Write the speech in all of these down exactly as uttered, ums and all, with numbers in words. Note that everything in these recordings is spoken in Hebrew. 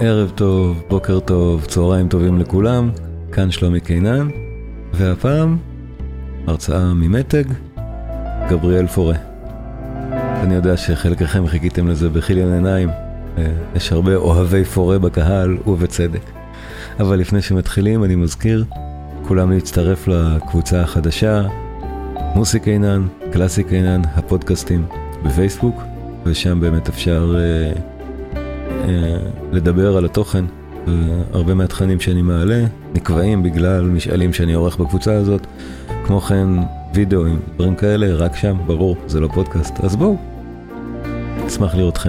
ערב טוב, בוקר טוב, צהריים טובים לכולם, כאן שלומי קינן, והפעם הרצאה ממתג, גבריאל פורה. אני יודע שחלקכם חיכיתם לזה בחיליון עיניים, יש הרבה אוהבי פורה בקהל ובצדק. אבל לפני שמתחילים אני מזכיר, כולם להצטרף לקבוצה החדשה, מוסי קינן, קלאסי קינן, הפודקאסטים בפייסבוק, ושם באמת אפשר אה, אה, לדבר על התוכן. הרבה מהתכנים שאני מעלה נקבעים בגלל משאלים שאני עורך בקבוצה הזאת. כמו כן וידאוים, דברים כאלה, רק שם, ברור, זה לא פודקאסט. אז בואו, אשמח לראותכם.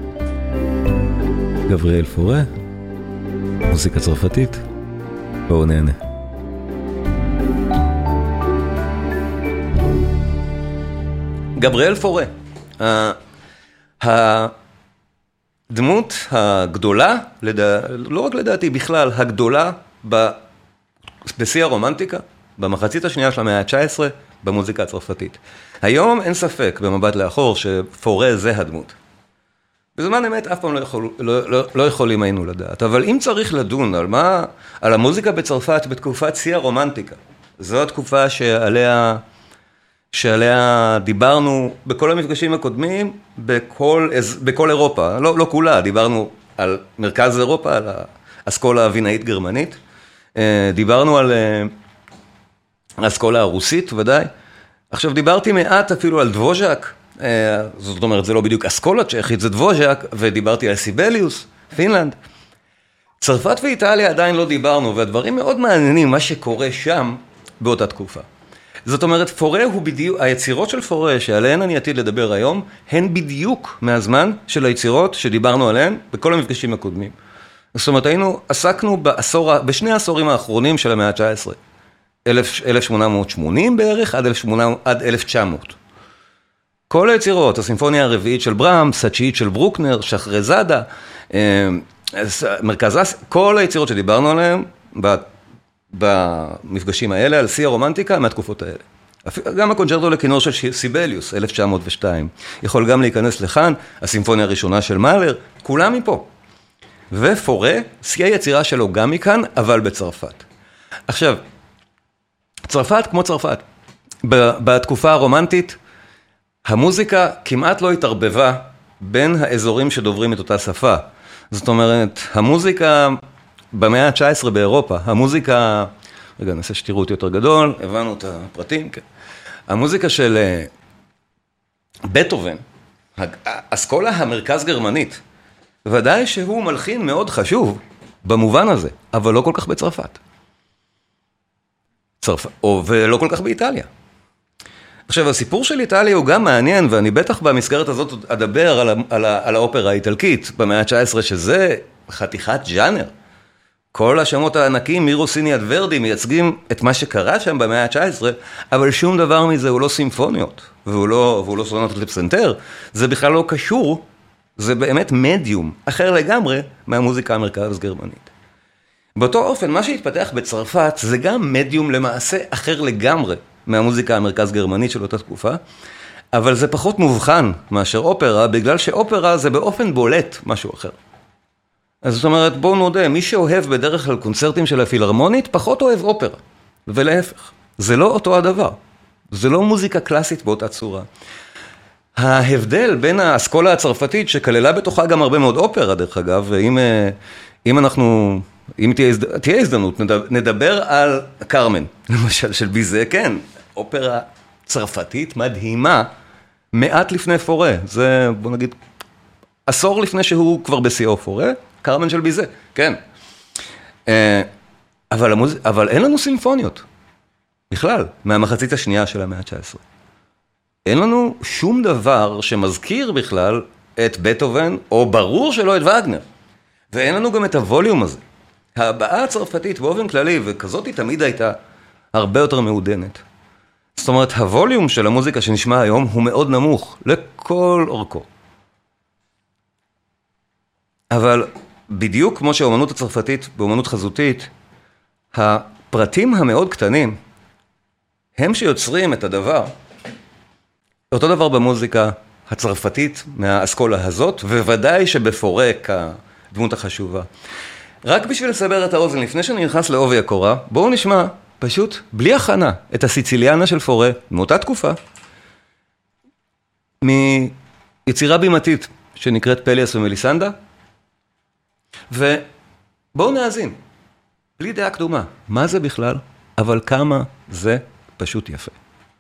גבריאל פורה, מוזיקה צרפתית, בואו נהנה. גבריאל פורה, הדמות הגדולה, לא רק לדעתי בכלל, הגדולה בשיא הרומנטיקה, במחצית השנייה של המאה ה-תשע עשרה, במוזיקה הצרפתית. היום אין ספק במבט לאחור שפורה זה הדמות. בזמן אמת אף פעם לא, יכול, לא, לא, לא יכולים היינו לדעת, אבל אם צריך לדון על מה, על המוזיקה בצרפת בתקופת שיא הרומנטיקה, זו התקופה שעליה, שעליה דיברנו בכל המפגשים הקודמים, בכל, בכל אירופה, לא, לא כולה, דיברנו על מרכז אירופה, על האסכולה הווינאית גרמנית, דיברנו על האסכולה הרוסית ודאי, עכשיו דיברתי מעט אפילו על דבוז'ק, זאת אומרת, זה לא בדיוק אסכולה צ'כית, זה דבוז'ק, ודיברתי על סיבליוס, פינלנד. צרפת ואיטליה עדיין לא דיברנו, והדברים מאוד מעניינים, מה שקורה שם באותה תקופה. זאת אומרת, פורה הוא בדיוק, היצירות של פורה, שעליהן אני עתיד לדבר היום, הן בדיוק מהזמן של היצירות שדיברנו עליהן בכל המפגשים הקודמים. זאת אומרת, היינו, עסקנו בעשור, בשני העשורים האחרונים של המאה ה-תשע עשרה, אלף שמונה מאות שמונים בערך עד אלף תשע מאות. כל היצירות, הסימפוניה הרביעית של ברהמס, התשיעית של ברוקנר, שחרזאדה, מרכז, כל היצירות שדיברנו עליהן במפגשים האלה, על שיא הרומנטיקה, מהתקופות האלה. גם הקונצ'רטו לכינור של סיבליוס, אלף תשע מאות ושתיים, יכול גם להיכנס לכאן, הסימפוניה הראשונה של מאלר, כולם מפה. ופורה, שיא היצירה שלו גם מכאן, אבל בצרפת. עכשיו, צרפת כמו צרפת, בתקופה הרומנטית, המוזיקה כמעט לא התערבבה בין האזורים שדוברים את אותה שפה. זאת אומרת, המוזיקה במאה ה-תשע עשרה באירופה, המוזיקה, רגע, נעשה שתראו אותי יותר גדול, הבנו את הפרטים, כן. המוזיקה של בטהובן, האסכולה המרכז גרמנית, ודאי שהוא מלחין מאוד חשוב במובן הזה, אבל לא כל כך בצרפת. צרפ... או, ולא כל כך באיטליה. עכשיו, הסיפור של איטליה הוא גם מעניין, ואני בטח במסגרת הזאת אדבר על, על, על האופרה האיטלקית במאה ה-תשע עשרה, שזה חתיכת ז'אנר. כל השמות הענקים, מרוסיני עד ורדי, מייצגים את מה שקרה שם במאה ה-תשע עשרה, אבל שום דבר מזה הוא לא סימפוניות, והוא לא, והוא לא סונטות לפסנתר, זה בכלל לא קשור, זה באמת מדיום, אחר לגמרי מהמוזיקה המרכז גרמנית. באותו אופן, מה שהתפתח בצרפת זה גם מדיום למעשה אחר לגמרי מהמוזיקה המרכז גרמנית של אותה תקופה, אבל זה פחות מובחן מאשר אופרה, בגלל שאופרה זה באופן בולט משהו אחר. אז זאת אומרת, בואו נודה, מי שאוהב בדרך כלל קונצרטים של הפילהרמונית, פחות אוהב אופרה, ולהפך. זה לא אותו הדבר. זה לא מוזיקה קלאסית באותה צורה. ההבדל בין האסכולה הצרפתית, שכללה בתוכה גם הרבה מאוד אופרה, דרך אגב, ואם אם אנחנו, אם תהיה, תהיה הזדמנות, נדבר על קרמן, למשל של ביזה, כן, אופרה צרפתית מדהימה, מעט לפני פורה, זה, בוא נגיד, עשור לפני שהוא כבר בשיאו פורה, קרמן של ביזה, כן. אבל, המוז... אבל אין לנו סימפוניות, בכלל, מהמחצית השנייה של המאה ה-תשע עשרה. אין לנו שום דבר שמזכיר בכלל את בטהובן, או ברור שלא את וגנר. ואין לנו גם את הווליום הזה. ההבעה הצרפתית באופן כללי, וכזאת היא תמיד הייתה הרבה יותר מעודנת. זאת אומרת, הווליום של המוזיקה שנשמע היום הוא מאוד נמוך, לכל אורכו. אבל בדיוק כמו שהאומנות הצרפתית, באומנות חזותית, הפרטים המאוד קטנים, הם שיוצרים את הדבר. אותו דבר במוזיקה הצרפתית מהאסכולה הזאת, וודאי שבפורה הדמות החשובה. רק בשביל לסבר את האוזן, לפני שאני נכנס לעובי הקורה, בואו נשמע, פשוט, בלי הכנה, את הסיציליאנה של פורה, מאותה תקופה, מיצירה בימתית שנקראת פליאס ומליסנדה, ובואו נאזין, בלי דעה קדומה, מה זה בכלל, אבל כמה זה פשוט יפה.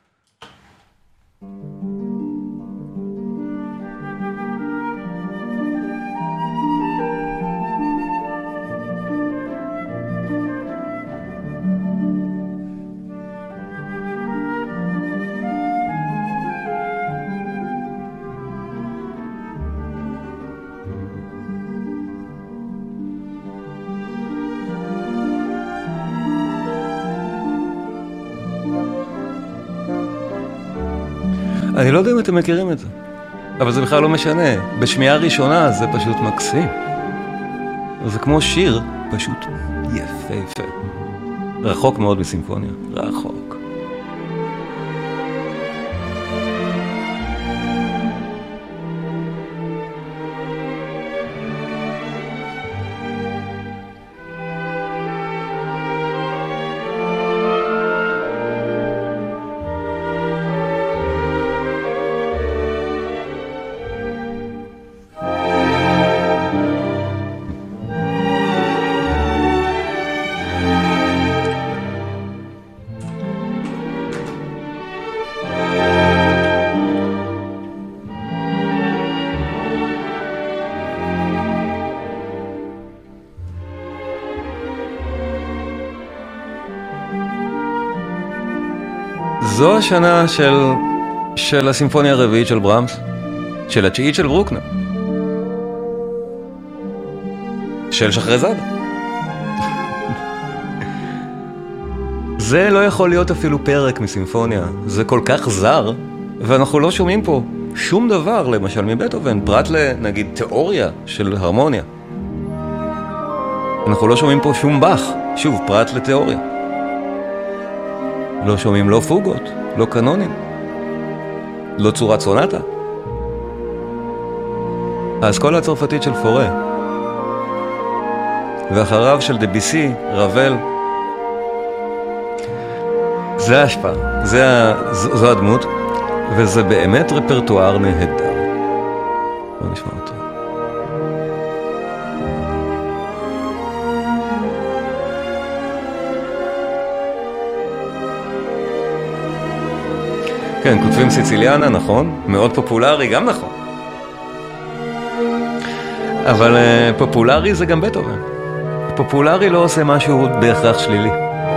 אני לא יודע אם אתם מכירים את זה, אבל זה בכלל לא משנה. בשמיעה ראשונה זה פשוט מקסים. זה כמו שיר, פשוט יפה יפה. רחוק מאוד מסימפוניה, רחוק. זו השנה של, של הסימפוניה הרביעית של ברמס, של התשיעית של ברוקנר, של שחרזאדה. זה לא יכול להיות אפילו פרק מסימפוניה, זה כל כך זר, ואנחנו לא שומעים פה שום דבר, למשל מבטהובן, פרט לנגיד תיאוריה של הרמוניה. אנחנו לא שומעים פה שום באך, שוב, פרט לתיאוריה. לא שומעים לא פוגות, לא קנונים, לא צורת סונטה. האסכולה הצרפתית של פורה, ואחריו של דביסי, רבל, זה ההשפעה, זה, זו, זו הדמות, וזה באמת רפרטואר נהדר. בוא נשמע אותו. כן, כותבים סיציליאנה, נכון, מאוד פופולרי, גם נכון. אבל uh, פופולרי זה גם בטהובן. פופולרי לא עושה משהו בהכרח שלילי.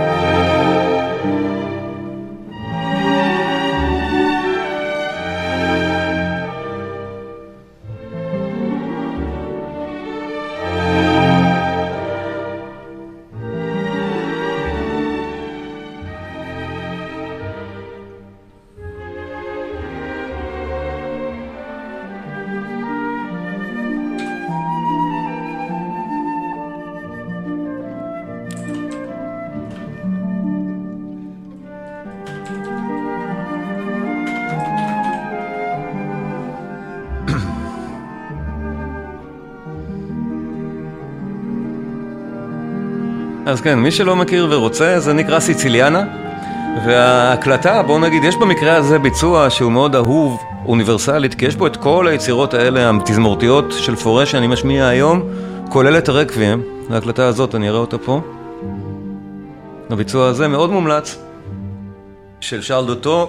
אז כן, מי שלא מכיר ורוצה, זה נקרא סיציליאנה, וההקלטה, בואו נגיד, יש במקרה הזה ביצוע שהוא מאוד אהוב, אוניברסלית, כי יש פה את כל היצירות האלה, התזמורתיות של פורה שאני משמיע היום, כולל את הרקוויאם, ההקלטה הזאת, אני אראה אותה פה. הביצוע הזה מאוד מומלץ, של שרל דוטו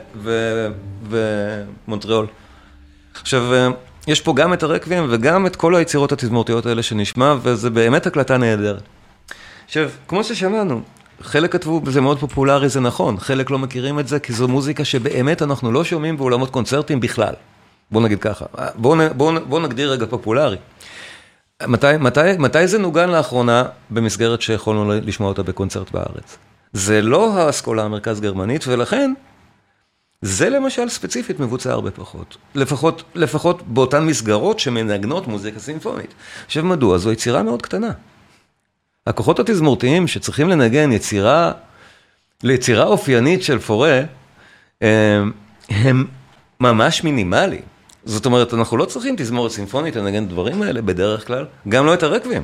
ומונטריאול. עכשיו, יש פה גם את הרקוויאם וגם את כל היצירות התזמורתיות האלה שנשמע, וזה באמת הקלטה נהדרת. עכשיו, כמו ששמענו, חלק כתבו, זה מאוד פופולרי, זה נכון, חלק לא מכירים את זה, כי זו מוזיקה שבאמת אנחנו לא שומעים באולמות קונצרטים בכלל. בואו נגיד ככה, בואו בוא, בוא נגדיר רגע פופולרי. מתי, מתי, מתי זה נוגן לאחרונה במסגרת שיכולנו לשמוע אותה בקונצרט בארץ? זה לא האסכולה המרכז גרמנית, ולכן זה למשל ספציפית מבוצע הרבה פחות. לפחות, לפחות באותן מסגרות שמנגנות מוזיקה סימפונית. עכשיו מדוע? זו יצירה מאוד קטנה. הכוחות התזמורתיים שצריכים לנגן יצירה, ליצירה אופיינית של פורה, הם ממש מינימליים. זאת אומרת, אנחנו לא צריכים תזמורת סימפונית לנגן דברים האלה בדרך כלל, גם לא את הרקבים.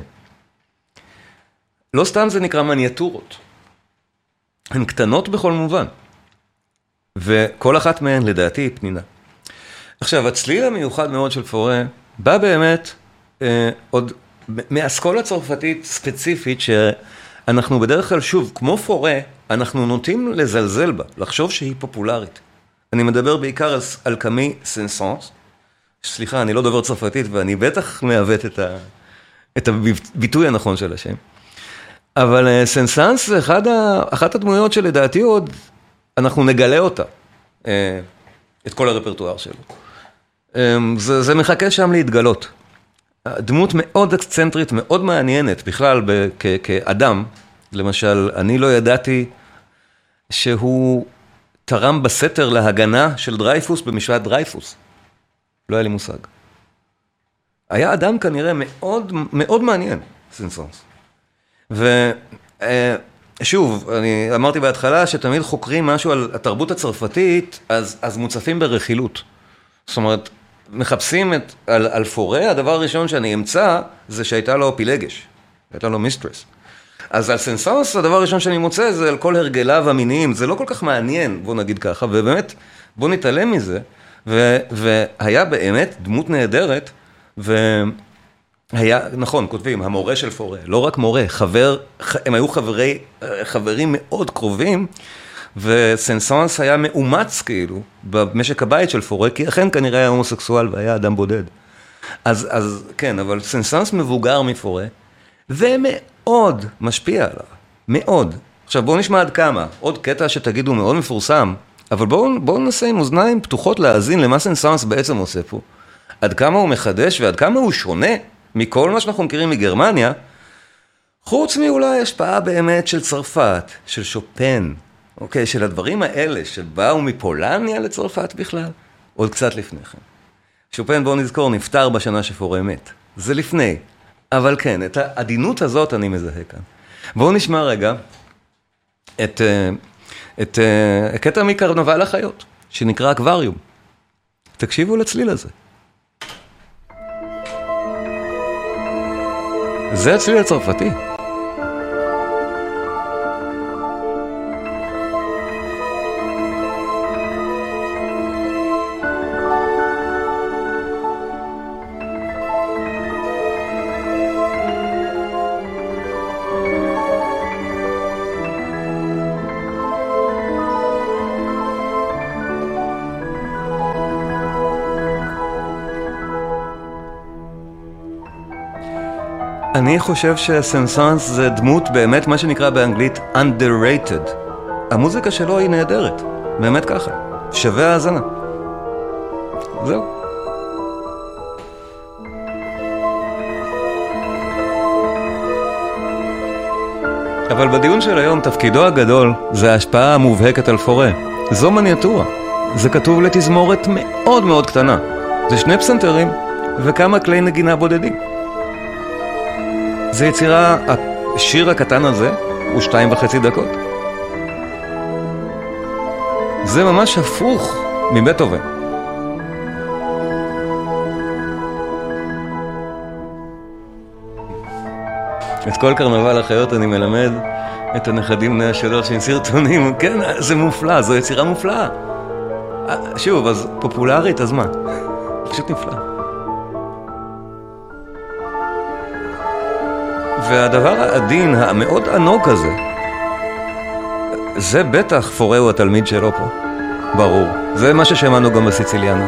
לא סתם זה נקרא מניאטורות. הן קטנות בכל מובן. וכל אחת מהן, לדעתי, היא פנינה. עכשיו, הצליל המיוחד מאוד של פורה, בא באמת אה, עוד מאסכולה הצרפתית ספציפית, שאנחנו בדרך כלל, שוב, כמו פורה, אנחנו נוטים לזלזל בה, לחשוב שהיא פופולרית. אני מדבר בעיקר על, על קמי סנסנס, סליחה, אני לא דובר צרפתית, ואני בטח מעוות את, ה, את הביטוי הנכון של השם. אבל סנסנס זה אחד ה, אחת הדמויות שלדעתי עוד, אנחנו נגלה אותה, את כל הרפרטואר שלו. זה, זה מחכה שם להתגלות. דמות מאוד אקסצנטרית, מאוד מעניינת, בכלל ב, כ, כאדם, למשל, אני לא ידעתי שהוא תרם בסתר להגנה של דרייפוס במשפט דרייפוס. לא היה לי מושג. היה אדם כנראה מאוד, מאוד מעניין, סנסנס. ושוב, אני אמרתי בהתחלה שתמיד חוקרים משהו על התרבות הצרפתית, אז, אז מוצפים ברכילות. זאת אומרת, מחפשים את, על, על פורה, הדבר הראשון שאני אמצא, זה שהייתה לו פילגש. הייתה לו מיסטרס. אז על סנסנס, הדבר הראשון שאני מוצא, זה על כל הרגליו המיניים. זה לא כל כך מעניין, בוא נגיד ככה, ובאמת, בוא נתעלם מזה. ו, והיה באמת דמות נהדרת, והיה, נכון, כותבים, המורה של פורה, לא רק מורה, חבר, הם היו חברי, חברים מאוד קרובים, וסנסנס היה מאומץ כאילו, במשק הבית של פורה, כי אכן כנראה היה הומוסקסואל והיה אדם בודד. אז, אז כן, אבל סנסנס מבוגר מפורה, ומאוד משפיע עליו, מאוד. עכשיו בואו נשמע עד כמה, עוד קטע שתגידו מאוד מפורסם, אבל בואו בוא ננסה עם אוזניים פתוחות להאזין למה סנסנס בעצם עושה פה. עד כמה הוא מחדש ועד כמה הוא שונה מכל מה שאנחנו מכירים מגרמניה, חוץ מאולי השפעה באמת של צרפת, של שופן, אוקיי, של הדברים האלה שבאו מפולניה לצרפת בכלל, עוד קצת לפני כן. שופן, בואו נזכור, נפטר בשנה שפורה מת. זה לפני. אבל כן, את העדינות הזאת אני מזהה כאן. בואו נשמע רגע את... את uh, קטע מקרנבל החיות, שנקרא אקווריום. תקשיבו לצליל הזה. זה הצליל הצרפתי. אני חושב שסנסנס זה דמות באמת מה שנקרא באנגלית underrated. המוזיקה שלו היא נהדרת, באמת ככה, שווה האזנה. זהו. אבל בדיון של היום תפקידו הגדול זה ההשפעה המובהקת על פורה. זו מניאטורה. זה כתוב לתזמורת מאוד מאוד קטנה. זה שני פסנתרים וכמה כלי נגינה בודדים. זה יצירה, השיר הקטן הזה הוא שתיים וחצי דקות. זה ממש הפוך מבטהובן. את כל קרנבל החיות אני מלמד את הנכדים בני השלוש עם סרטונים. כן, זה מופלא, זו יצירה מופלאה. שוב, אז פופולרית, אז מה? פשוט נפלא. והדבר העדין, המאוד ענוג הזה, זה בטח פורה הוא התלמיד שלו פה. ברור. זה מה ששמענו גם בסיציליאנה.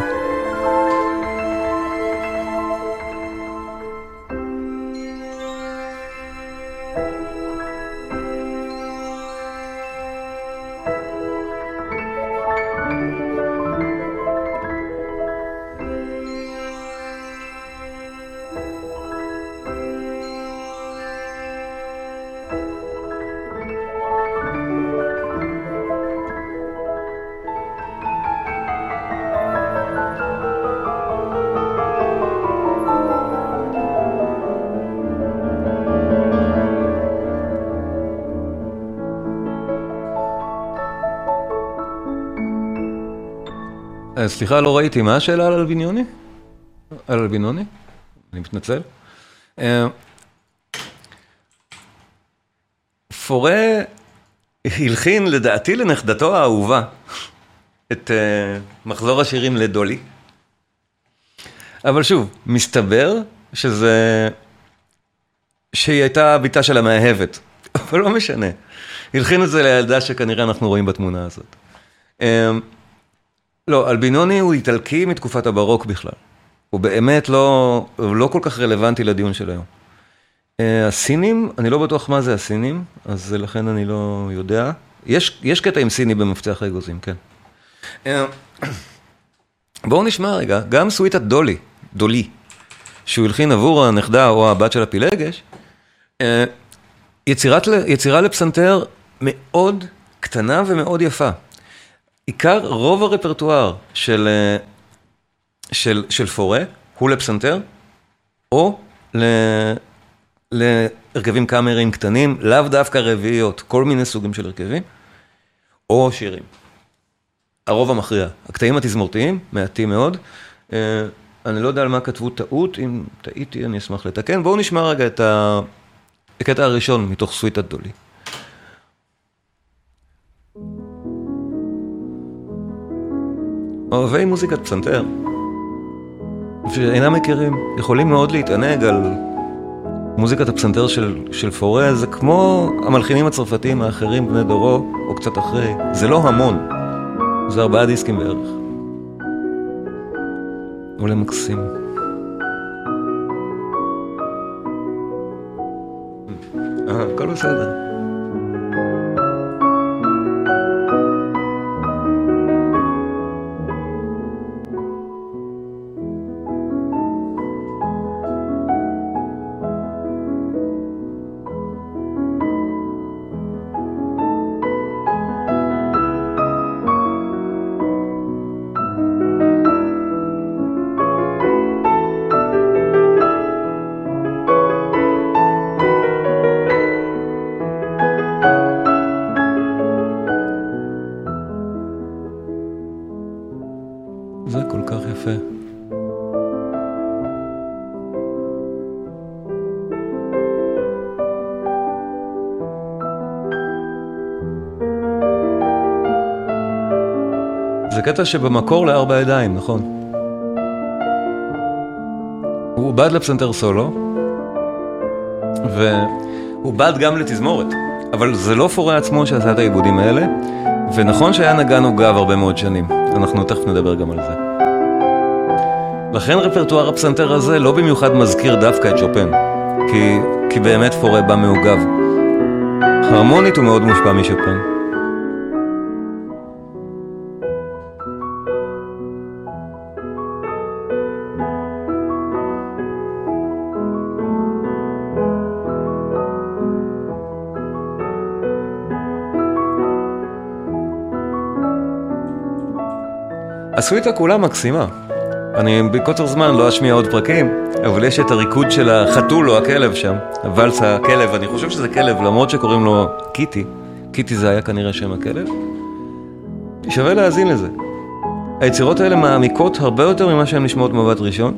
סליחה, לא ראיתי. מה השאלה על אלביניוני? על אלבינוני, אני מתנצל. פורה הלחין לדעתי לנכדתו האהובה את מחזור השירים לדולי. אבל שוב, מסתבר שזה, שהיא הייתה ביתה של המאהבת, אבל לא משנה. הלחין את זה לילדה שכנראה אנחנו רואים בתמונה הזאת. לא, אלבינוני הוא איטלקי מתקופת הברוק בכלל. הוא באמת לא, לא כל כך רלוונטי לדיון של היום. הסינים, אני לא בטוח מה זה הסינים, אז לכן אני לא יודע. יש, יש קטע עם סיני במפתח האגוזים, כן. בואו נשמע רגע, גם סוויטת דולי, דולי, שהוא הלחין עבור הנכדה או הבת של הפילגש, יצירת, יצירה לפסנתר מאוד קטנה ומאוד יפה. עיקר רוב הרפרטואר של, של, של פורה הוא לפסנתר, או ל... להרכבים קאמריים קטנים, לאו דווקא רביעיות, כל מיני סוגים של הרכבים, או שירים. הרוב המכריע. הקטעים התזמורתיים, מעטים מאוד. אני לא יודע על מה כתבו טעות, אם טעיתי אני אשמח לתקן. בואו נשמע רגע את הקטע הראשון מתוך סוויטת דולי. אוהבי מוזיקת פסנתר, שאינם מכירים, יכולים מאוד להתענג על מוזיקת הפסנתר של, של פורה. זה כמו המלחינים הצרפתיים האחרים בני דורו, או קצת אחרי. זה לא המון, זה ארבעה דיסקים בערך. עולה מקסים. אה, הכל בסדר. זה כל כך יפה. זה קטע שבמקור לארבע ידיים, נכון? הוא עובד לפסנתר סולו, והוא עובד גם לתזמורת, אבל זה לא פורה עצמו שעשה את העיבודים האלה, ונכון שהיה נגן עוגב הרבה מאוד שנים. אנחנו תכף נדבר גם על זה. לכן רפרטואר הפסנתר הזה לא במיוחד מזכיר דווקא את שופן, כי, כי באמת פורה בא מעוגב. הרמונית הוא מאוד מושפע משופן. הסוויטה כולה מקסימה. אני בקוצר זמן לא אשמיע עוד פרקים, אבל יש את הריקוד של החתול או הכלב שם, הוואלס הכלב, אני חושב שזה כלב, למרות שקוראים לו קיטי. קיטי זה היה כנראה שם הכלב. שווה להאזין לזה. היצירות האלה מעמיקות הרבה יותר ממה שהן נשמעות במבט ראשון.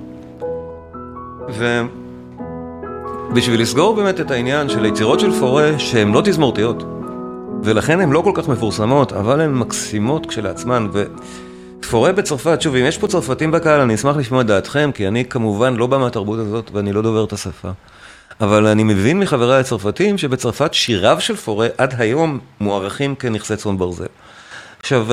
ובשביל לסגור באמת את העניין של היצירות של פורה שהן לא תזמורתיות, ולכן הן לא כל כך מפורסמות, אבל הן מקסימות כשלעצמן, ו... פורה בצרפת, שוב, אם יש פה צרפתים בקהל, אני אשמח לשמוע את דעתכם, כי אני כמובן לא בא מהתרבות הזאת, ואני לא דובר את השפה. אבל אני מבין מחבריי הצרפתים, שבצרפת שיריו של פורה עד היום מוערכים כנכסי צאן ברזל. עכשיו,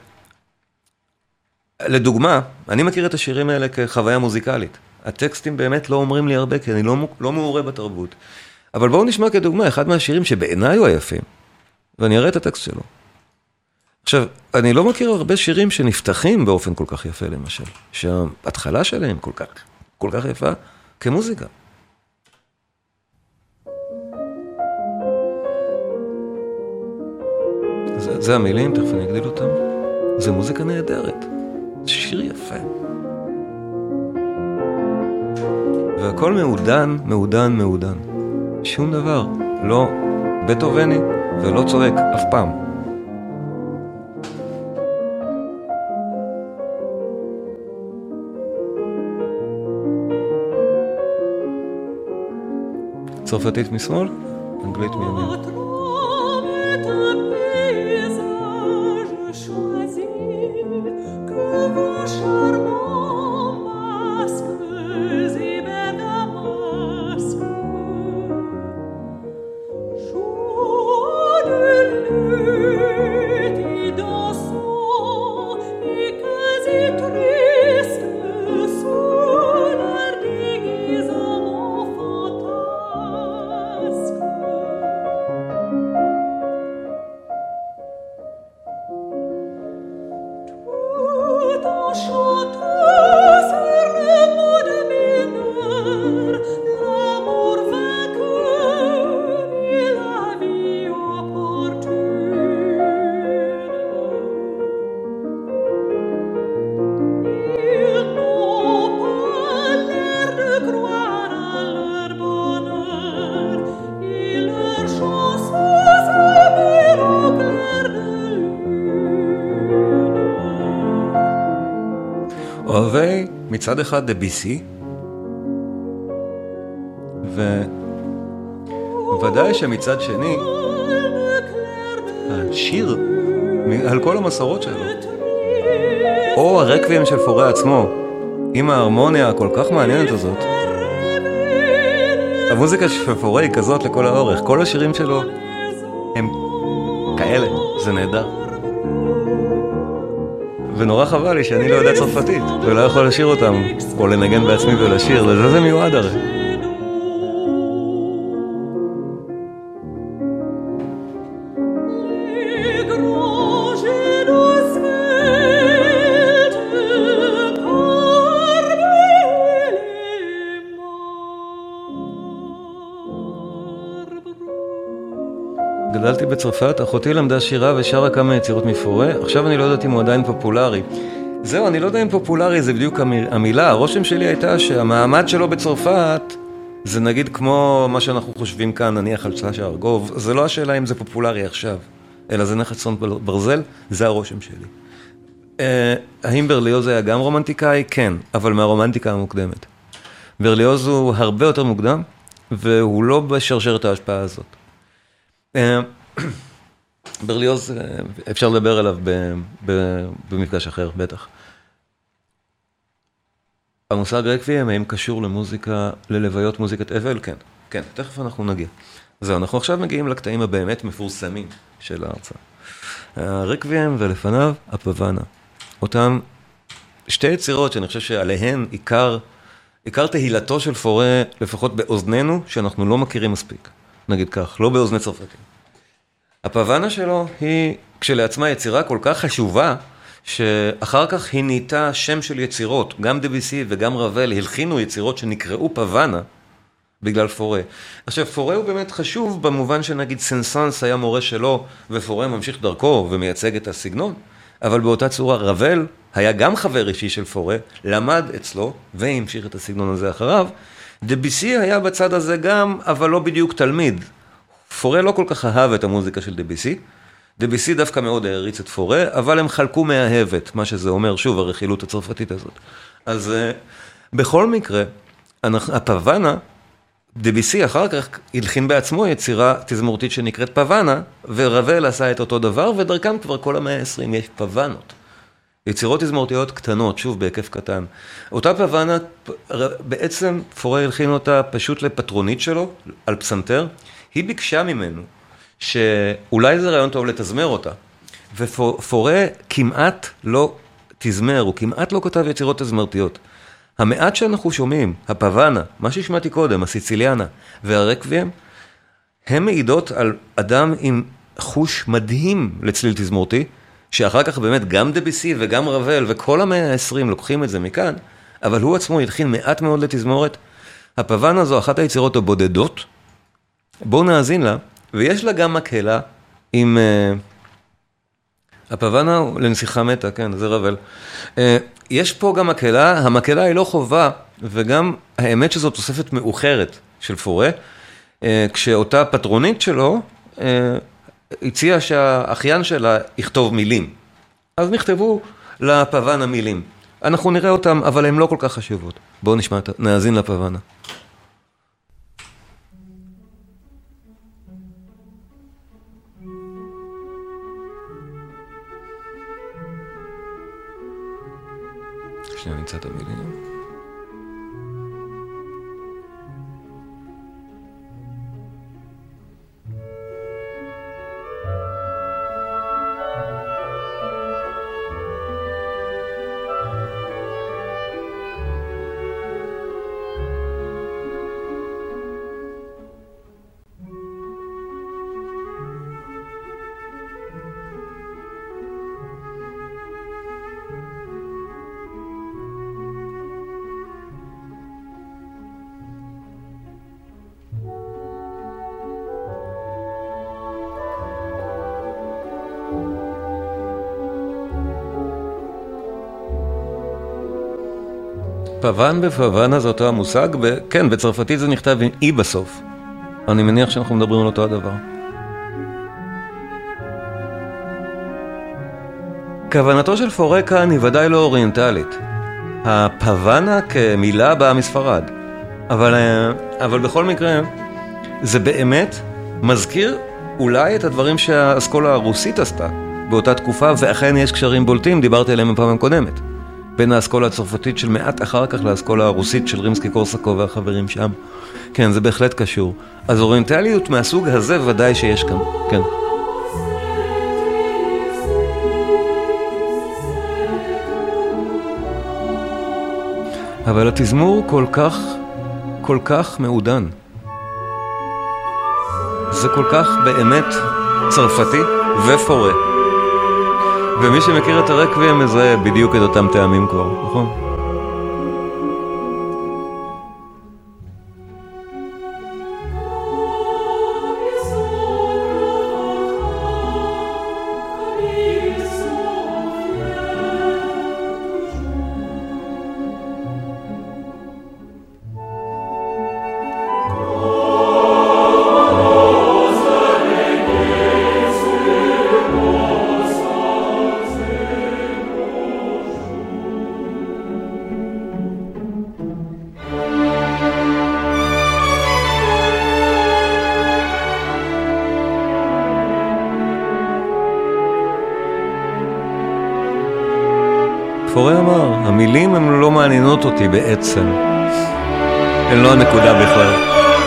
לדוגמה, אני מכיר את השירים האלה כחוויה מוזיקלית. הטקסטים באמת לא אומרים לי הרבה, כי אני לא, לא מעורה בתרבות. אבל בואו נשמע כדוגמה, אחד מהשירים שבעיניי הוא היפים, ואני אראה את הטקסט שלו. עכשיו, אני לא מכיר הרבה שירים שנפתחים באופן כל כך יפה, למשל, שההתחלה שלהם כל כך, כל כך יפה כמוזיקה. זה, זה המילים, תכף אני אגדיל אותם. זה מוזיקה נהדרת. זה שיר יפה. והכל מעודן, מעודן, מעודן. שום דבר. לא בטהובני ולא צועק אף פעם. צרפתית משמאל, אנגלית מימין. אוהבי מצד אחד דביסי, וודאי שמצד שני השיר על כל המסורות שלו, או הרקבים של פורה עצמו, עם ההרמוניה הכל כך מעניינת הזאת. המוזיקה של פורה היא כזאת לכל האורך, כל השירים שלו הם כאלה, זה נהדר. ונורא חבל לי שאני לא יודע צרפתית, ולא יכול לשיר אותם, או לנגן בעצמי ולשיר, לזה זה מיועד הרי. גדלתי בצרפת, אחותי למדה שירה ושרה כמה יצירות מפורה, עכשיו אני לא יודעת אם הוא עדיין פופולרי. זהו, אני לא יודע אם פופולרי זה בדיוק המילה, הרושם שלי הייתה שהמעמד שלו בצרפת זה נגיד כמו מה שאנחנו חושבים כאן, נניח על סשה ארגוב, זה לא השאלה אם זה פופולרי עכשיו, אלא זה נכס צאן ברזל, זה הרושם שלי. האם ברליוז היה גם רומנטיקאי? כן, אבל מהרומנטיקה המוקדמת. ברליוז הוא הרבה יותר מוקדם, והוא לא בשרשרת ההשפעה הזאת. ברליוז, אפשר לדבר עליו במפגש אחר, בטח. המושג רקוויאם, האם קשור למוזיקה, ללוויות מוזיקת אבל? כן, כן, תכף אנחנו נגיע. זהו, אנחנו עכשיו מגיעים לקטעים הבאמת מפורסמים של ההרצאה. הרקוויאם ולפניו הפוואנה. אותם שתי יצירות שאני חושב שעליהן עיקר, עיקר תהילתו של פורה, לפחות באוזננו, שאנחנו לא מכירים מספיק. נגיד כך, לא באוזני צרפתים. הפוואנה שלו היא כשלעצמה יצירה כל כך חשובה, שאחר כך היא נהייתה שם של יצירות, גם דביסי וגם רבל הלחינו יצירות שנקראו פוואנה, בגלל פורה. עכשיו, פורה הוא באמת חשוב במובן שנגיד סנסנס היה מורה שלו, ופורה ממשיך דרכו ומייצג את הסגנון, אבל באותה צורה רבל היה גם חבר אישי של פורה, למד אצלו והמשיך את הסגנון הזה אחריו. דביסי היה בצד הזה גם, אבל לא בדיוק תלמיד. פורה לא כל כך אהב את המוזיקה של דביסי, דביסי דווקא מאוד העריץ את פורה, אבל הם חלקו מהאהבת, מה שזה אומר, שוב, הרכילות הצרפתית הזאת. אז בכל מקרה, הפוואנה, דביסי אחר כך הלחין בעצמו יצירה תזמורתית שנקראת פוואנה, ורבל עשה את אותו דבר, ודרכם כבר כל המאה ה-עשרים יש פוואנות. יצירות תזמורתיות קטנות, שוב, בהיקף קטן. אותה פוואנה, בעצם פורה הלחין אותה פשוט לפטרונית שלו, על פסנתר, היא ביקשה ממנו שאולי זה רעיון טוב לתזמר אותה, ופורה כמעט לא תזמר, הוא כמעט לא כתב יצירות תזמרתיות. המעט שאנחנו שומעים, הפוואנה, מה שהשמעתי קודם, הסיציליאנה והרקוויאם, הם מעידות על אדם עם חוש מדהים לצליל תזמורתי, שאחר כך באמת גם דביסי וגם רבל וכל המאה ה-עשרים לוקחים את זה מכאן, אבל הוא עצמו התחיל מעט מאוד לתזמורת. הפוואנה זו אחת היצירות הבודדות, בואו נאזין לה, ויש לה גם מקהלה עם... Uh, הפוואנה לנסיכה מתה, כן, זה רבל. Uh, יש פה גם מקהלה, המקהלה היא לא חובה, וגם האמת שזו תוספת מאוחרת של פורה, uh, כשאותה פטרונית שלו uh, הציעה שהאחיין שלה יכתוב מילים. אז נכתבו לפוואנה מילים. אנחנו נראה אותם, אבל הן לא כל כך חשובות. בואו נשמע, נאזין לפוואנה. שנייה נמצא את המילים. פוון בפוונה זה אותו המושג, ב... כן, בצרפתית זה נכתב עם אי בסוף. אני מניח שאנחנו מדברים על אותו הדבר. כוונתו של פורה כאן היא ודאי לא אוריינטלית. הפוונה כמילה באה מספרד. אבל, אבל בכל מקרה, זה באמת מזכיר אולי את הדברים שהאסכולה הרוסית עשתה באותה תקופה, ואכן יש קשרים בולטים, דיברתי עליהם בפעם הקודמת. בין האסכולה הצרפתית של מעט אחר כך לאסכולה הרוסית של רימסקי קורסקוב והחברים שם. כן, זה בהחלט קשור. אז אוריינטליות מהסוג הזה ודאי שיש כאן, כן. אבל התזמור כל כך, כל כך מעודן. זה כל כך באמת צרפתי ופורה. ומי שמכיר את הרקוויאם מזהה בדיוק את אותם טעמים כבר, נכון? פורה אמר, המילים הן לא מעניינות אותי בעצם. הן לא הנקודה בכלל.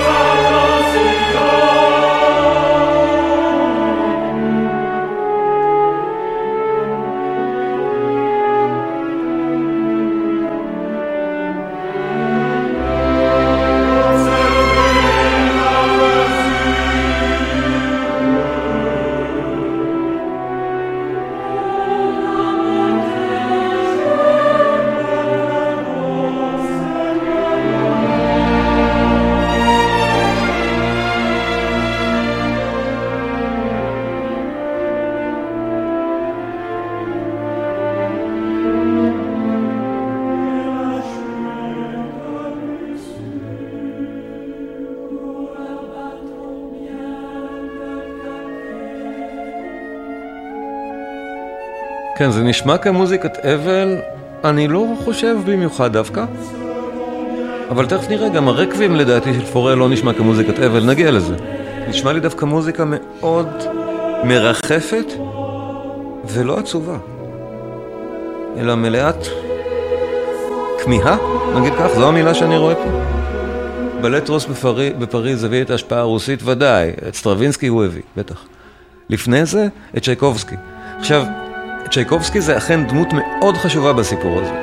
כן, זה נשמע כמוזיקת אבל, אני לא חושב במיוחד דווקא. אבל תכף נראה, גם הרקווים לדעתי של פורה לא נשמע כמוזיקת אבל, נגיע לזה. נשמע לי דווקא מוזיקה מאוד מרחפת ולא עצובה, אלא מלאת כמיהה, נגיד כך, זו המילה שאני רואה פה. בלט רוס בפרי, בפריז הביא את ההשפעה הרוסית ודאי, את סטרווינסקי הוא הביא, בטח. לפני זה, את צ'ייקובסקי. עכשיו, צ'ייקובסקי זה אכן דמות מאוד חשובה בסיפור הזה.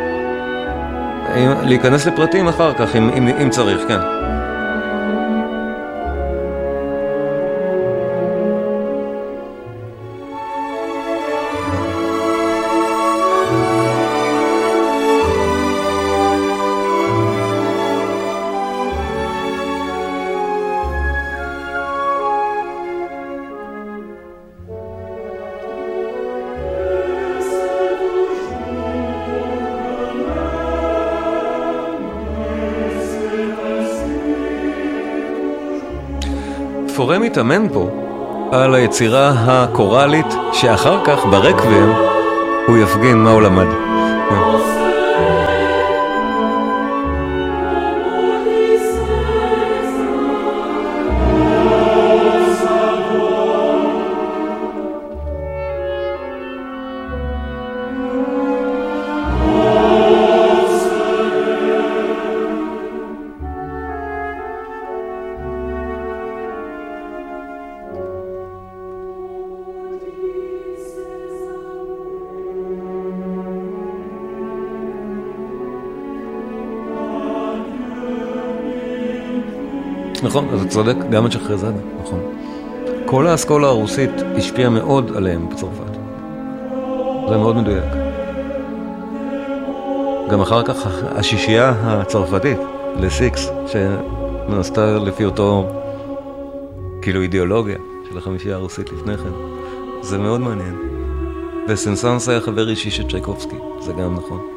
להיכנס לפרטים אחר כך, אם, אם, אם צריך, כן. פורה מתאמן פה על היצירה הקורלית שאחר כך ברקוויאם הוא יפגין מה הוא למד. נכון, אתה צודק, גם את שחרזאדה, נכון. כל האסכולה הרוסית השפיעה מאוד עליהם בצרפת. זה מאוד מדויק. גם אחר כך השישייה הצרפתית, לסיקס, שנעשתה לפי אותו כאילו אידיאולוגיה של החמישייה הרוסית לפני כן. זה מאוד מעניין. וסנסנס היה חבר אישי של צ'ייקובסקי, זה גם נכון.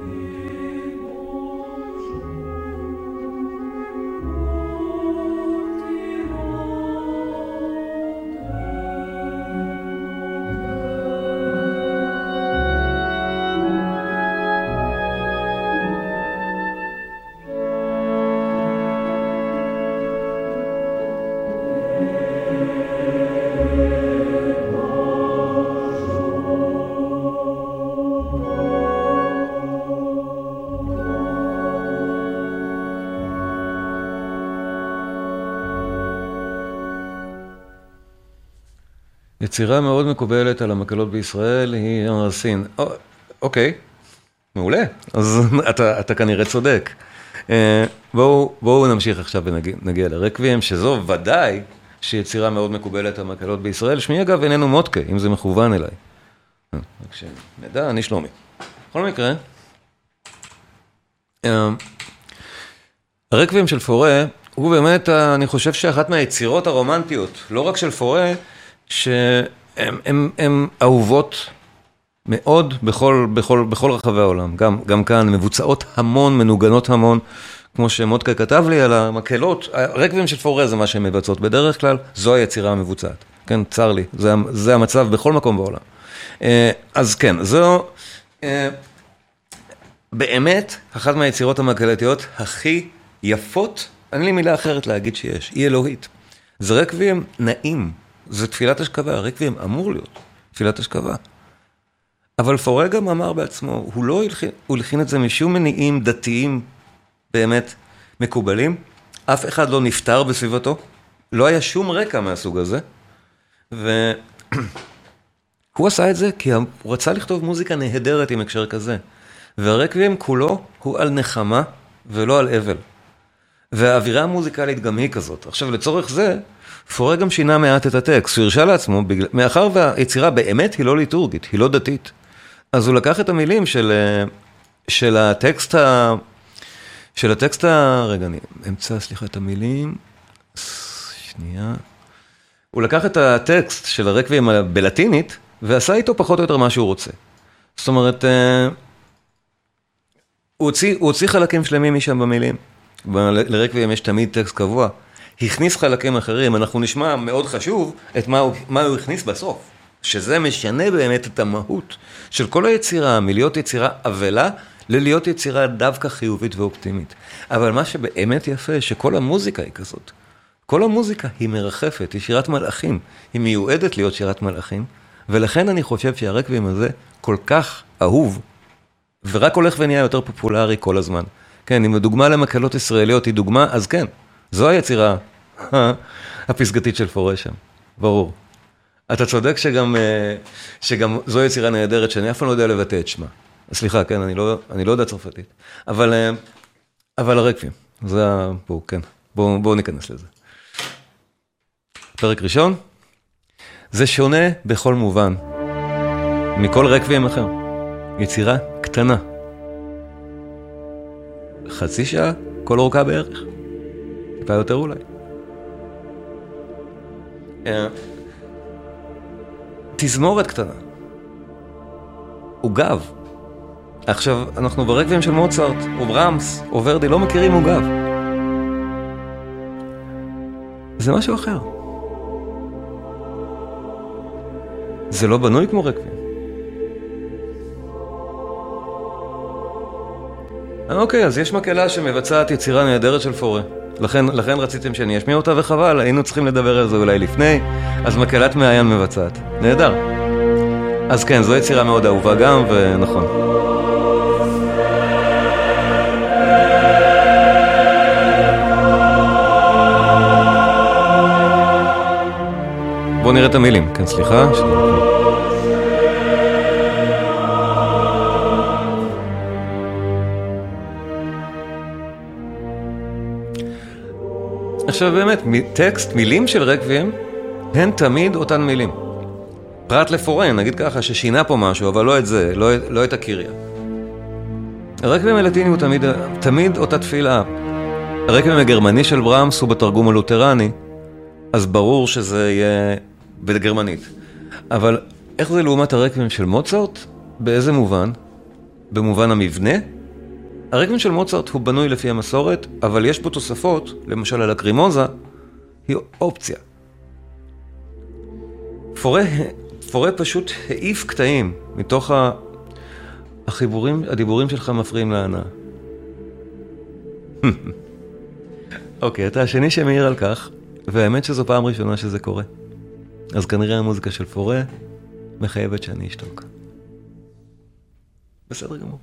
יצירה מאוד מקובלת על המקהלות בישראל היא הרסין. אוקיי, מעולה. אז אתה, אתה כנראה צודק. בואו, בואו נמשיך עכשיו ונגיע לרקוויאם, שזו ודאי שיצירה מאוד מקובלת על המקהלות בישראל. שמי אגב איננו מודקה, אם זה מכוון אליי. רק שנדע, אני שלומי. בכל מקרה, הרקוויאם של פורה הוא באמת, אני חושב שאחת מהיצירות הרומנטיות, לא רק של פורה, שהן הם, הם אהובות מאוד בכל, בכל, בכל רחבי העולם. גם, גם כאן מבוצעות המון, מנוגנות המון, כמו שמודקה כתב לי על המקהלות. הרקוויאם של פורה זה מה שהן מבצעות בדרך כלל, זו היצירה המבוצעת. כן, צר לי, זה, זה המצב בכל מקום בעולם. אז כן, זו באמת אחת מהיצירות המקהלתיות הכי יפות, אין לי מילה אחרת להגיד שיש, היא אלוהית. זה רקוויאם נעים. זה תפילת השכבה, הרקוויאם אמור להיות תפילת השכבה. אבל פורה גם אמר בעצמו, הוא לא הלחין, הוא הלחין את זה משום מניעים דתיים באמת מקובלים, אף אחד לא נפטר בסביבתו, לא היה שום רקע מהסוג הזה, והוא עשה את זה כי הוא רצה לכתוב מוזיקה נהדרת עם הקשר כזה, והרקוויאם כולו הוא על נחמה ולא על אבל. והאווירה המוזיקלית גם היא כזאת. עכשיו לצורך זה, פורה גם שינה מעט את הטקסט, הוא הרשה לעצמו, בגלל, מאחר והיצירה באמת היא לא ליטורגית, היא לא דתית. אז הוא לקח את המילים של, של הטקסט ה... של הטקסט ה... רגע, אני אמצא, סליחה, את המילים. שנייה. הוא לקח את הטקסט של הרקוויאם בלטינית, ועשה איתו פחות או יותר מה שהוא רוצה. זאת אומרת, הוא הוציא, הוא הוציא חלקים שלמים משם במילים. לרקוויאם יש תמיד טקסט קבוע. הכניס חלקים אחרים, אנחנו נשמע מאוד חשוב את מה הוא, מה הוא הכניס בסוף, שזה משנה באמת את המהות של כל היצירה, מלהיות יצירה אבלה, ללהיות יצירה דווקא חיובית ואופטימית. אבל מה שבאמת יפה, שכל המוזיקה היא כזאת. כל המוזיקה היא מרחפת, היא שירת מלאכים, היא מיועדת להיות שירת מלאכים, ולכן אני חושב שהרקוויאם הזה כל כך אהוב, ורק הולך ונהיה יותר פופולרי כל הזמן. כן, אם הדוגמה למקהלות ישראליות היא דוגמה, אז כן. זו היצירה הפסגתית של פורה שם, ברור. אתה צודק שגם, שגם זו יצירה נהדרת שאני אף פעם לא יודע לבטא את שמה. סליחה, כן, אני לא, אני לא יודע צרפתית. אבל, אבל הרקוויאם, זה, בואו, כן, בואו, בואו ניכנס לזה. פרק ראשון, זה שונה בכל מובן, מכל רקוויאם אחר. יצירה קטנה. חצי שעה, כל אורכה בערך. טיפה יותר אולי. תזמורת קטנה. עוגב. עכשיו, אנחנו ברקוויאם של מוצרט, או ברמס, או ורדי, לא מכירים עוגב. זה משהו אחר. זה לא בנוי כמו רקוויאם. אוקיי, אז יש מקהלה שמבצעת יצירה נהדרת של פורה. לכן, לכן רציתם שאני אשמיע אותה וחבל, היינו צריכים לדבר על זה אולי לפני, אז מקהלת מעיין מבצעת. נהדר. אז כן, זו יצירה מאוד אהובה גם, ונכון. בואו נראה את המילים. כן, סליחה. עכשיו באמת, טקסט, מילים של רקוויאם, הן תמיד אותן מילים. פרט לפורן, נגיד ככה, ששינה פה משהו, אבל לא את זה, לא, לא את הקיריה. הרקוויאם הלטיני הוא תמיד, תמיד אותה תפילה. הרקוויאם הגרמני של ברמס הוא בתרגום הלותרני, אז ברור שזה יהיה בגרמנית. אבל איך זה לעומת הרקוויאם של מוצרט? באיזה מובן? במובן המבנה? הרקוויאם של מוצרט הוא בנוי לפי המסורת, אבל יש פה תוספות, למשל הלקרימוזה, היא אופציה. פורה, פורה פשוט העיף קטעים מתוך החיבורים, הדיבורים שלך מפריעים להנאה. אוקיי, אתה השני שמעיר על כך, והאמת שזו פעם ראשונה שזה קורה. אז כנראה המוזיקה של פורה מחייבת שאני אשתוק. בסדר גמור.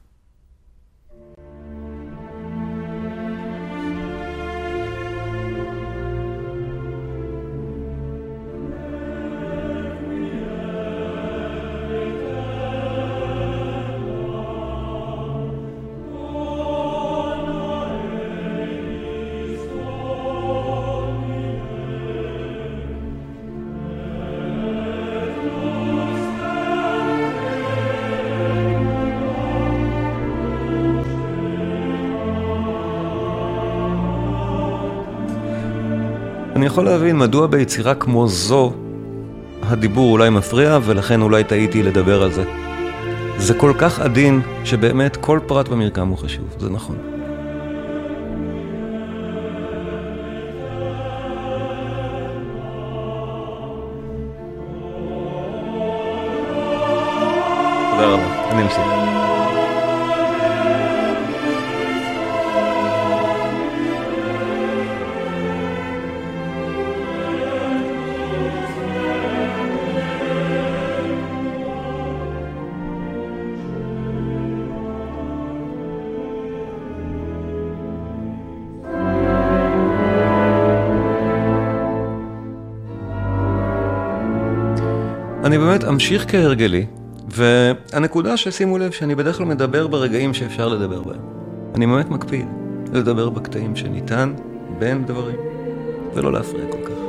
אני יכול להבין מדוע ביצירה כמו זו הדיבור אולי מפריע ולכן אולי טעיתי לדבר על זה. זה כל כך עדין שבאמת כל פרט במרקם הוא חשוב, זה נכון. תודה רבה, אני אמשיך. אני באמת אמשיך כהרגלי, והנקודה ששימו לב שאני בדרך כלל מדבר ברגעים שאפשר לדבר בהם. אני באמת מקפיד לדבר בקטעים שניתן בין דברים, ולא להפריע כל כך.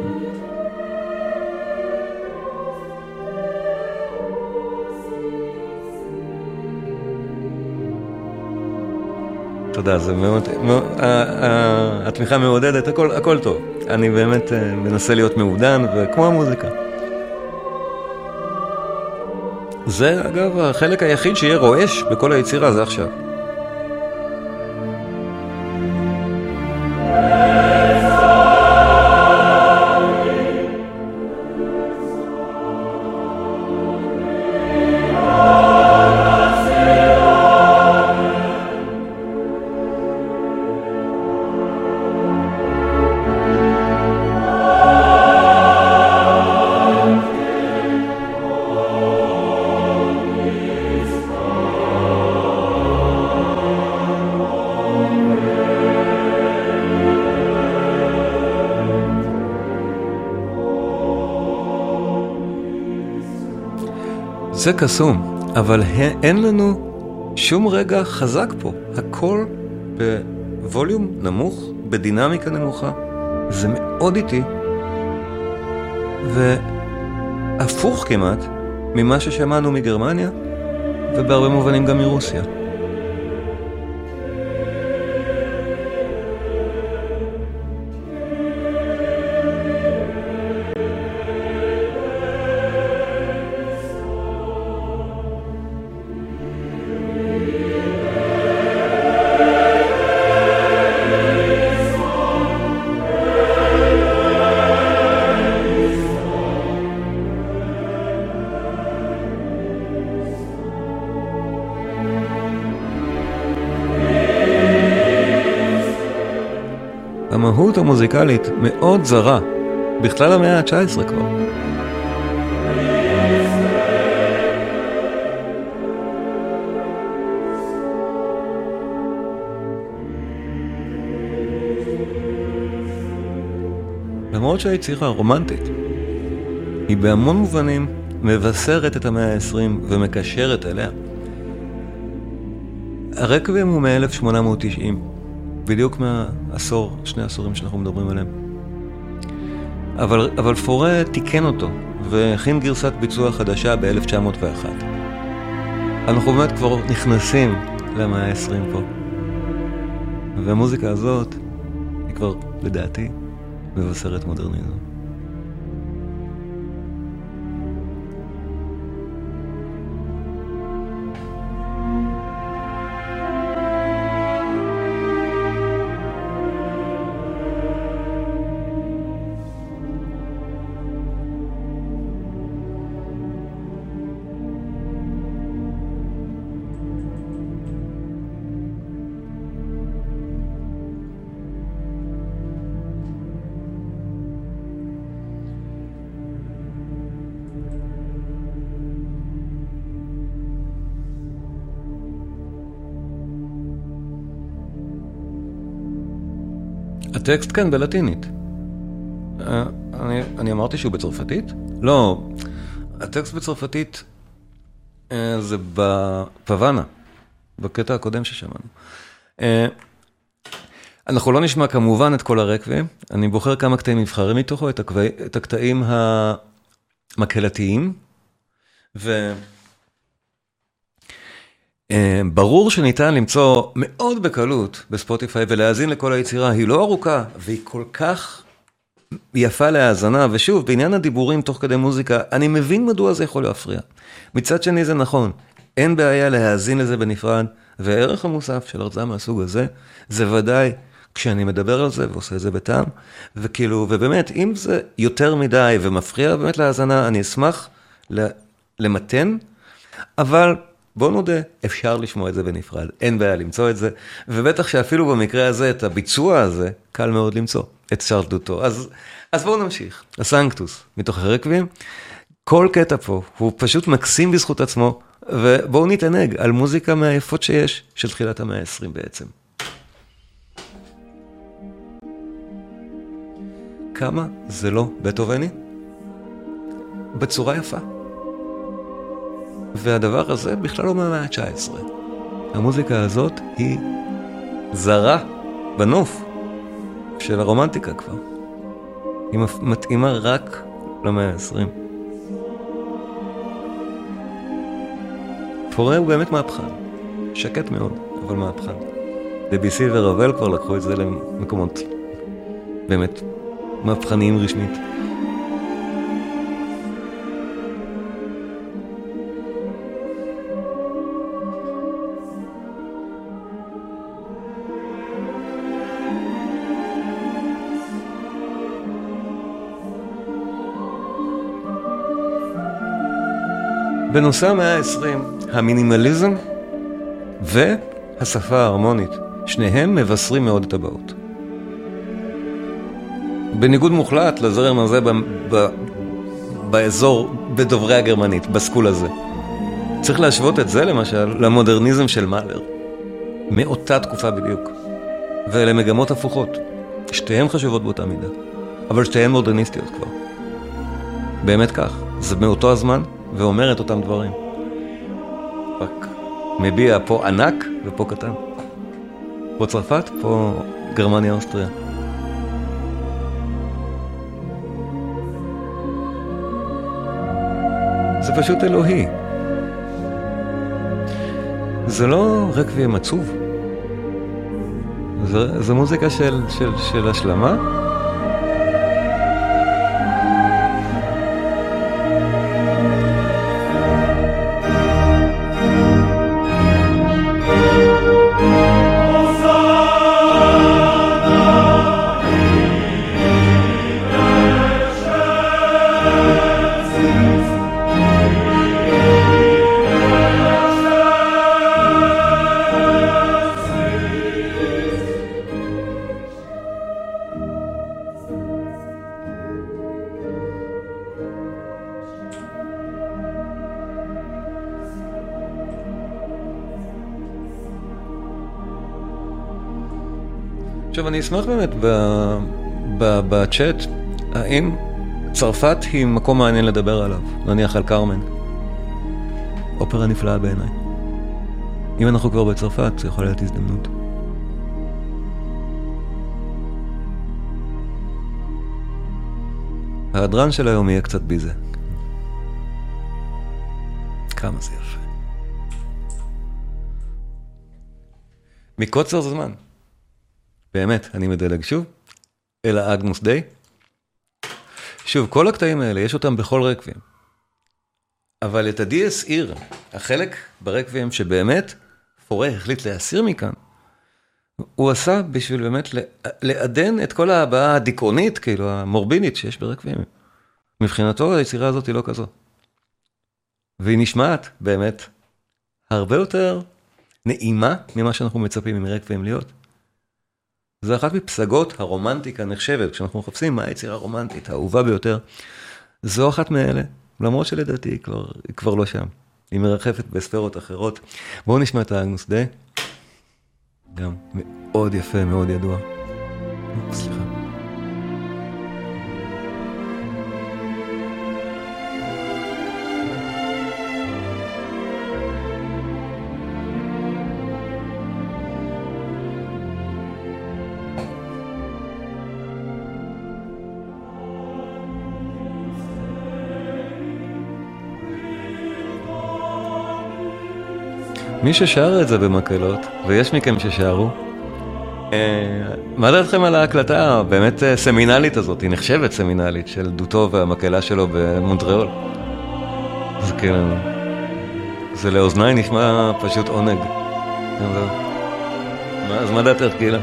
תודה, זה מאוד, מאוד התמיכה מעודדת, הכל, הכל טוב. אני באמת מנסה להיות מעודן, וכמו המוזיקה. זה אגב החלק היחיד שיהיה רועש בכל היצירה, זה עכשיו. זה קסום, אבל אין לנו שום רגע חזק פה. הכל בווליום נמוך, בדינמיקה נמוכה. זה מאוד איטי. והפוך כמעט ממה ששמענו מגרמניה, ובהרבה מובנים גם מרוסיה. המהות המוזיקלית מאוד זרה, בכלל המאה ה-תשע עשרה כבר. למרות שהיצירה רומנטית, היא בהמון מובנים מבשרת את המאה ה-עשרים ומקשרת אליה. הרקוויאם הוא מ-אלף שמונה מאות תשעים. בדיוק מהעשור, שני עשורים שאנחנו מדברים עליהם. אבל, אבל פורה תיקן אותו, והכין גרסת ביצוע חדשה ב-אלף תשע מאות ואחת. אנחנו באמת כבר נכנסים למאה ה-עשרים פה. והמוזיקה הזאת היא כבר, לדעתי, מבשרת מודרניזם. הטקסט כאן בלטינית. אני, אני אמרתי שהוא בצרפתית? לא, הטקסט בצרפתית זה בפוואנה, בקטע הקודם ששמענו. אנחנו לא נשמע כמובן את כל הרקבים, אני בוחר כמה קטעים מבחרים מתוכו, את, הקו... את הקטעים המקהלתיים, ו... ברור שניתן למצוא מאוד בקלות בספוטיפיי ולהאזין לכל היצירה, היא לא ארוכה והיא כל כך יפה להאזנה, ושוב, בעניין הדיבורים תוך כדי מוזיקה, אני מבין מדוע זה יכול להפריע. מצד שני זה נכון, אין בעיה להאזין לזה בנפרד, והערך המוסף של הרצאה מהסוג הזה, זה ודאי כשאני מדבר על זה ועושה את זה בטעם, וכאילו, ובאמת, אם זה יותר מדי ומפריע באמת להאזנה, אני אשמח למתן, אבל בוא נודה, אפשר לשמוע את זה בנפרד, אין בעיה למצוא את זה, ובטח שאפילו במקרה הזה, את הביצוע הזה, קל מאוד למצוא, את שרדותו. אז, אז בואו נמשיך. הסנקטוס, מתוך הרקבים, כל קטע פה, הוא פשוט מקסים בזכות עצמו, ובואו נתענג על מוזיקה מהיפות שיש, של תחילת המאה ה-עשרים בעצם. כמה זה לא בטהובני? בצורה יפה. והדבר הזה בכלל לא מהמאה ה-תשע עשרה. המוזיקה הזאת היא זרה בנוף של הרומנטיקה כבר. היא מתאימה רק למאה ה-עשרים. פורה הוא באמת מהפכן. שקט מאוד, אבל מהפכן. דביסי ורבל כבר לקחו את זה למקומות באמת מהפכניים רשמית. בנושא המאה ה-עשרים, המינימליזם והשפה ההרמונית, שניהם מבשרים מאוד את הבאות. בניגוד מוחלט לזרם הזה ב- ב- באזור, בדוברי הגרמנית, בסקול הזה. צריך להשוות את זה למשל למודרניזם של מאלר, מאותה תקופה בדיוק, ואלה מגמות הפוכות, שתיהן חשובות באותה מידה, אבל שתיהן מודרניסטיות כבר. באמת כך, זה מאותו הזמן, ואומר את אותם דברים. רק מביע פה ענק ופה קטן. פה צרפת, פה גרמניה, אוסטריה. זה פשוט אלוהי. זה לא רקבים עצוב. זה, זה מוזיקה של, של, של השלמה. עכשיו, אני אשמח באמת בצ'אט, האם צרפת היא מקום מעניין לדבר עליו, נניח על קרמן. אופרה נפלאה בעיניי. אם אנחנו כבר בצרפת, זה יכול להיות הזדמנות. ההדרן של היום יהיה קצת ביזה. כמה זה יפה. מקוצר זמן. באמת, אני מדלג שוב. אל אגנוס דיי. שוב, כל הקטעים האלה, יש אותם בכל רקבים. אבל את ה-די אס עיר, החלק ברקבים שבאמת פורה החליט להסיר מכאן, הוא עשה בשביל באמת לעדן את כל ההבעה הדיכאונית, כאילו המורבינית שיש ברקבים. מבחינתו היצירה הזאת היא לא כזו. והיא נשמעת באמת הרבה יותר נעימה ממה שאנחנו מצפים עם רקבים להיות. זה אחת מפסגות הרומנטיקה נחשבת, כשאנחנו מחפשים מה היצירה הרומנטית, האהובה ביותר, זו אחת מאלה, למרות שלדעתי היא כבר, היא כבר לא שם. היא מרחפת בספרות אחרות. בואו נשמע את האגנוס דיי. גם מאוד יפה, מאוד ידוע. סליחה. מי ששר את זה במקהלות, ויש מכם ששרו, מה דעתכם על ההקלטה באמת סמינלית הזאת, היא נחשבת סמינלית, של דותו והמקהלה שלו במונטריאול. זה כאילו, זה לאוזניי נשמע פשוט עונג. אז מה דעתך, גילה?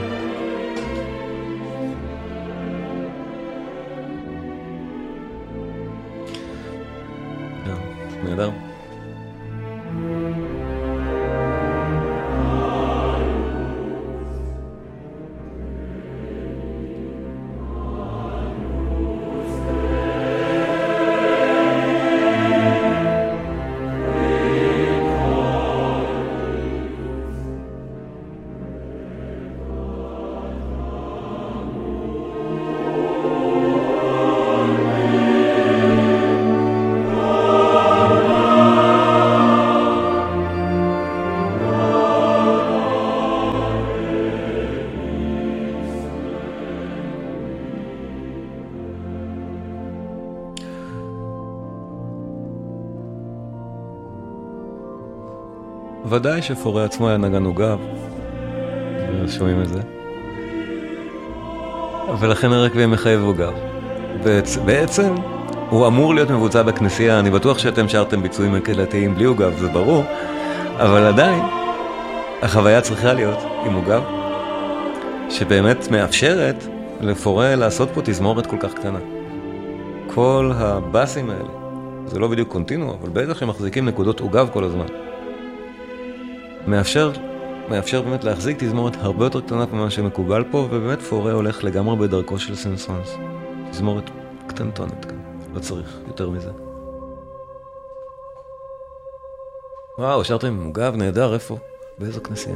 נהדר. ודאי שפורה עצמו היה נגן עוגב, שומעים את זה. ולכן הרקבים מחייב עוגב. בעצם הוא אמור להיות מבוצע בכנסייה, אני בטוח שאתם שרתם ביצועים מקהלתיים בלי עוגב, זה ברור, אבל עדיין החוויה צריכה להיות עם עוגב, שבאמת מאפשרת לפורה לעשות פה תזמורת כל כך קטנה. כל הבאסים האלה, זה לא בדיוק קונטינו, אבל בטח שמחזיקים נקודות עוגב כל הזמן. מאפשר, מאפשר באמת להחזיק תזמורת הרבה יותר קטנה ממה שמקובל פה, ובאמת פורה הולך לגמרי בדרכו של סנסונס. תזמורת קטנטונת כאן, לא צריך יותר מזה. וואו, שרתם מוגב, נהדר, איפה? באיזו כנסייה?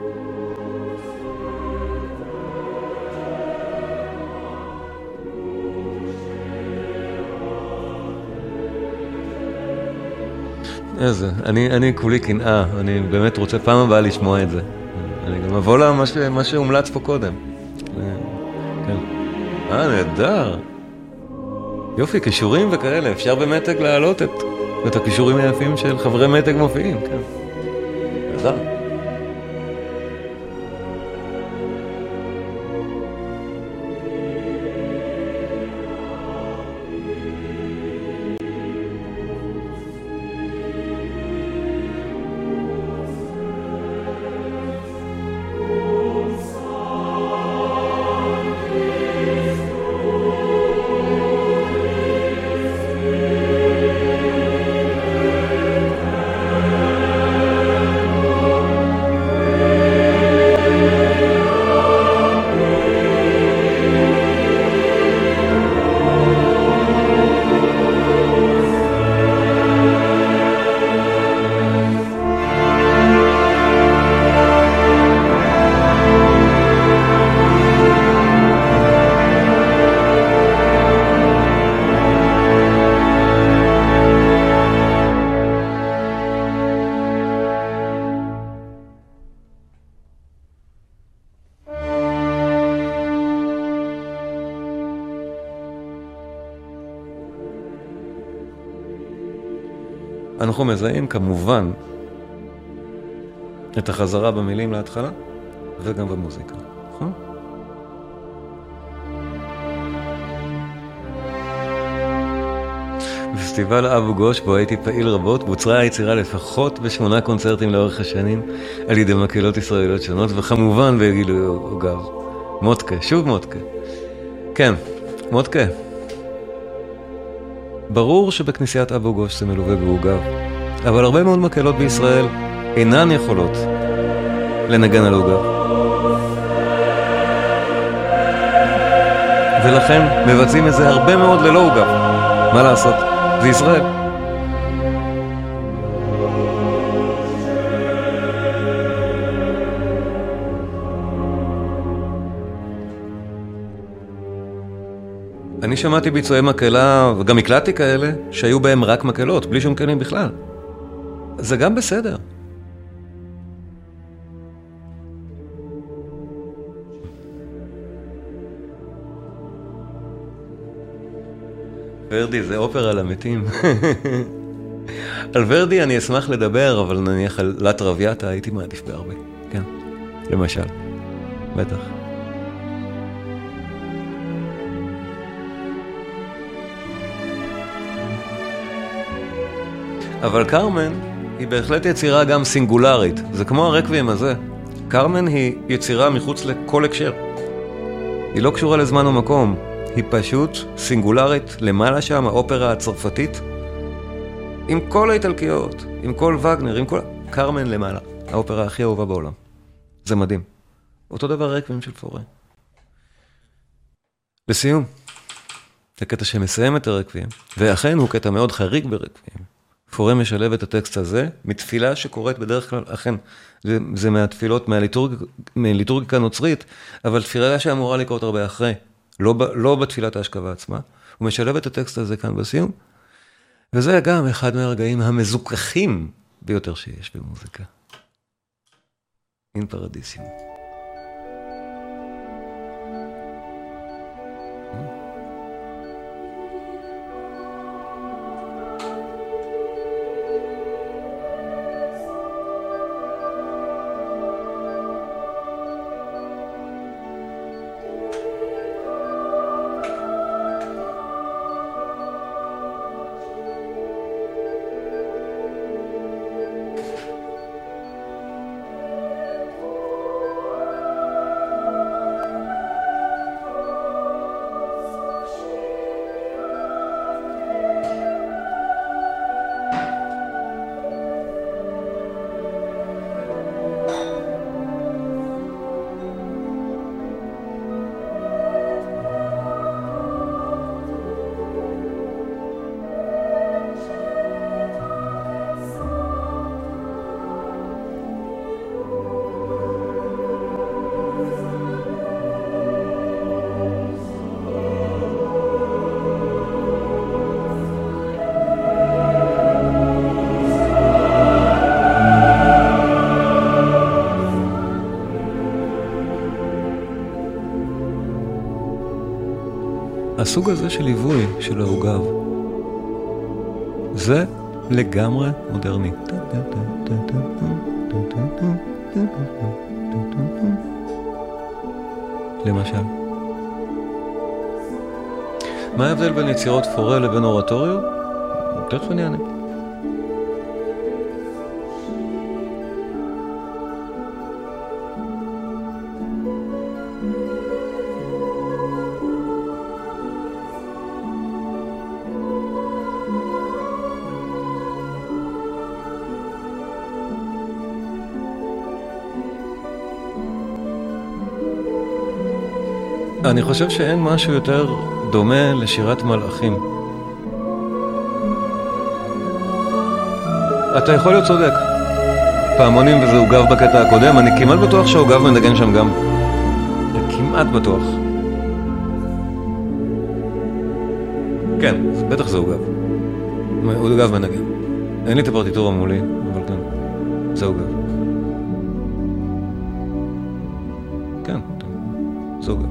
איזה, אני, אני כולי קנאה, אני באמת רוצה פעם הבאה לשמוע את זה. אני גם אבוא לה מה, ש, מה שהומלץ פה קודם. כן. אה, נהדר. יופי, קישורים וכאלה, אפשר במתג להעלות את, את הקישורים היפים של חברי מתג מופיעים, כן. נהדר. אנחנו מזהים כמובן את החזרה במילים להתחלה וגם במוזיקה, נכון? בפסטיבל אבו גוש, בו הייתי פעיל רבות, בוצרה היצירה לפחות בשמונה קונצרטים לאורך השנים על ידי מקהלות ישראליות שונות, וכמובן בגילוי עוגב. מודקה, שוב מודקה. כן, מודקה. ברור שבכנסיית אבו גוש זה מלווה בעוגב, אבל הרבה מאוד מקהלות בישראל אינן יכולות לנגן על עוגב. ולכן מבצעים את זה הרבה מאוד ללא עוגב. מה לעשות? זה ישראל. אני שמעתי ביצועי מקהלה, וגם הקלטתי כאלה, שהיו בהם רק מקהלות, בלי שום כלים בכלל. זה גם בסדר. ורדי זה אופרה למתים. על ורדי אני אשמח לדבר, אבל נניח על לה טרוויאטה הייתי מעדיף בהרבה. כן, למשל. בטח. אבל קרמן היא בהחלט יצירה גם סינגולרית. זה כמו הרקוויאם הזה. קרמן היא יצירה מחוץ לכל הקשר. היא לא קשורה לזמן ומקום. היא פשוט סינגולרית למעלה שם, האופרה הצרפתית, עם כל האיטלקיות, עם כל וגנר, עם כל... קרמן למעלה, האופרה הכי אהובה בעולם. זה מדהים. אותו דבר רקוויאם של פורה. לסיום, זה קטע שמסיים את הרקוויאם, ואכן הוא קטע מאוד חריג ברקוויאם. פורה משלב את הטקסט הזה מתפילה שקורית בדרך כלל, אכן, זה, זה מהתפילות, מהליטורג, מהליטורגיקה נוצרית, אבל תפילה שאמורה לקרות הרבה אחרי. לא, לא בתפילת ההשכבה עצמה, הוא משלב את הטקסט הזה כאן בסיום, וזה גם אחד מהרגעים המזוכחים ביותר שיש במוזיקה. אין פרדיסיום. הסוג הזה של ליווי של העוגב זה לגמרי מודרני. למשל, מה ההבדל בין יצירות פורה לבין אורטוריו? תכף אני אענה. אני חושב שאין משהו יותר דומה לשירת מלאכים. אתה יכול להיות צודק. פעמונים וזה עוגב בקטע הקודם, אני כמעט בטוח שהעוגב מנגן שם גם. כמעט בטוח. כן, בטח זה עוגב. עוגב מנגן. אין לי את הפרטיטורה מולי, אבל כן, זה עוגב. כן, זה עוגב.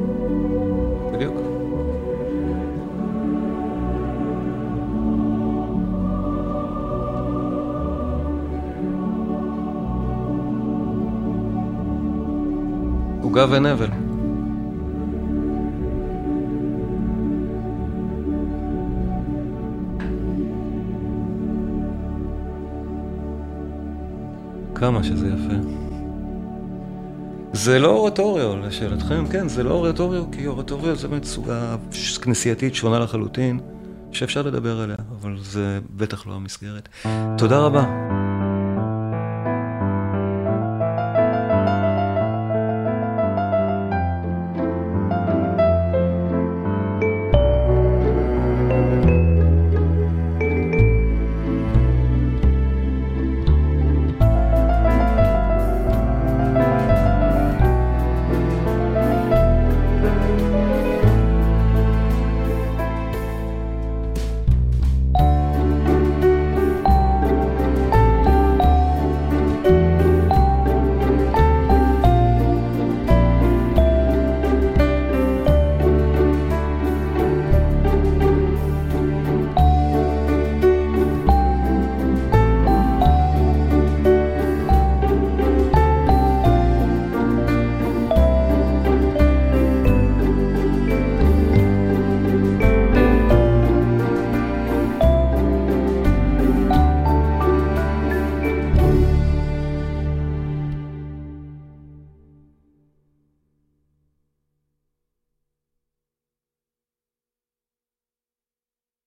בדיוק. עוגה ונבל. כמה שזה יפה. זה לא אורטוריו, לשאלתכם, כן, זה לא אורטוריו, כי אורטוריו זה באמת סוגה כנסייתית שונה לחלוטין, שאפשר לדבר עליה, אבל זה בטח לא המסגרת. תודה רבה.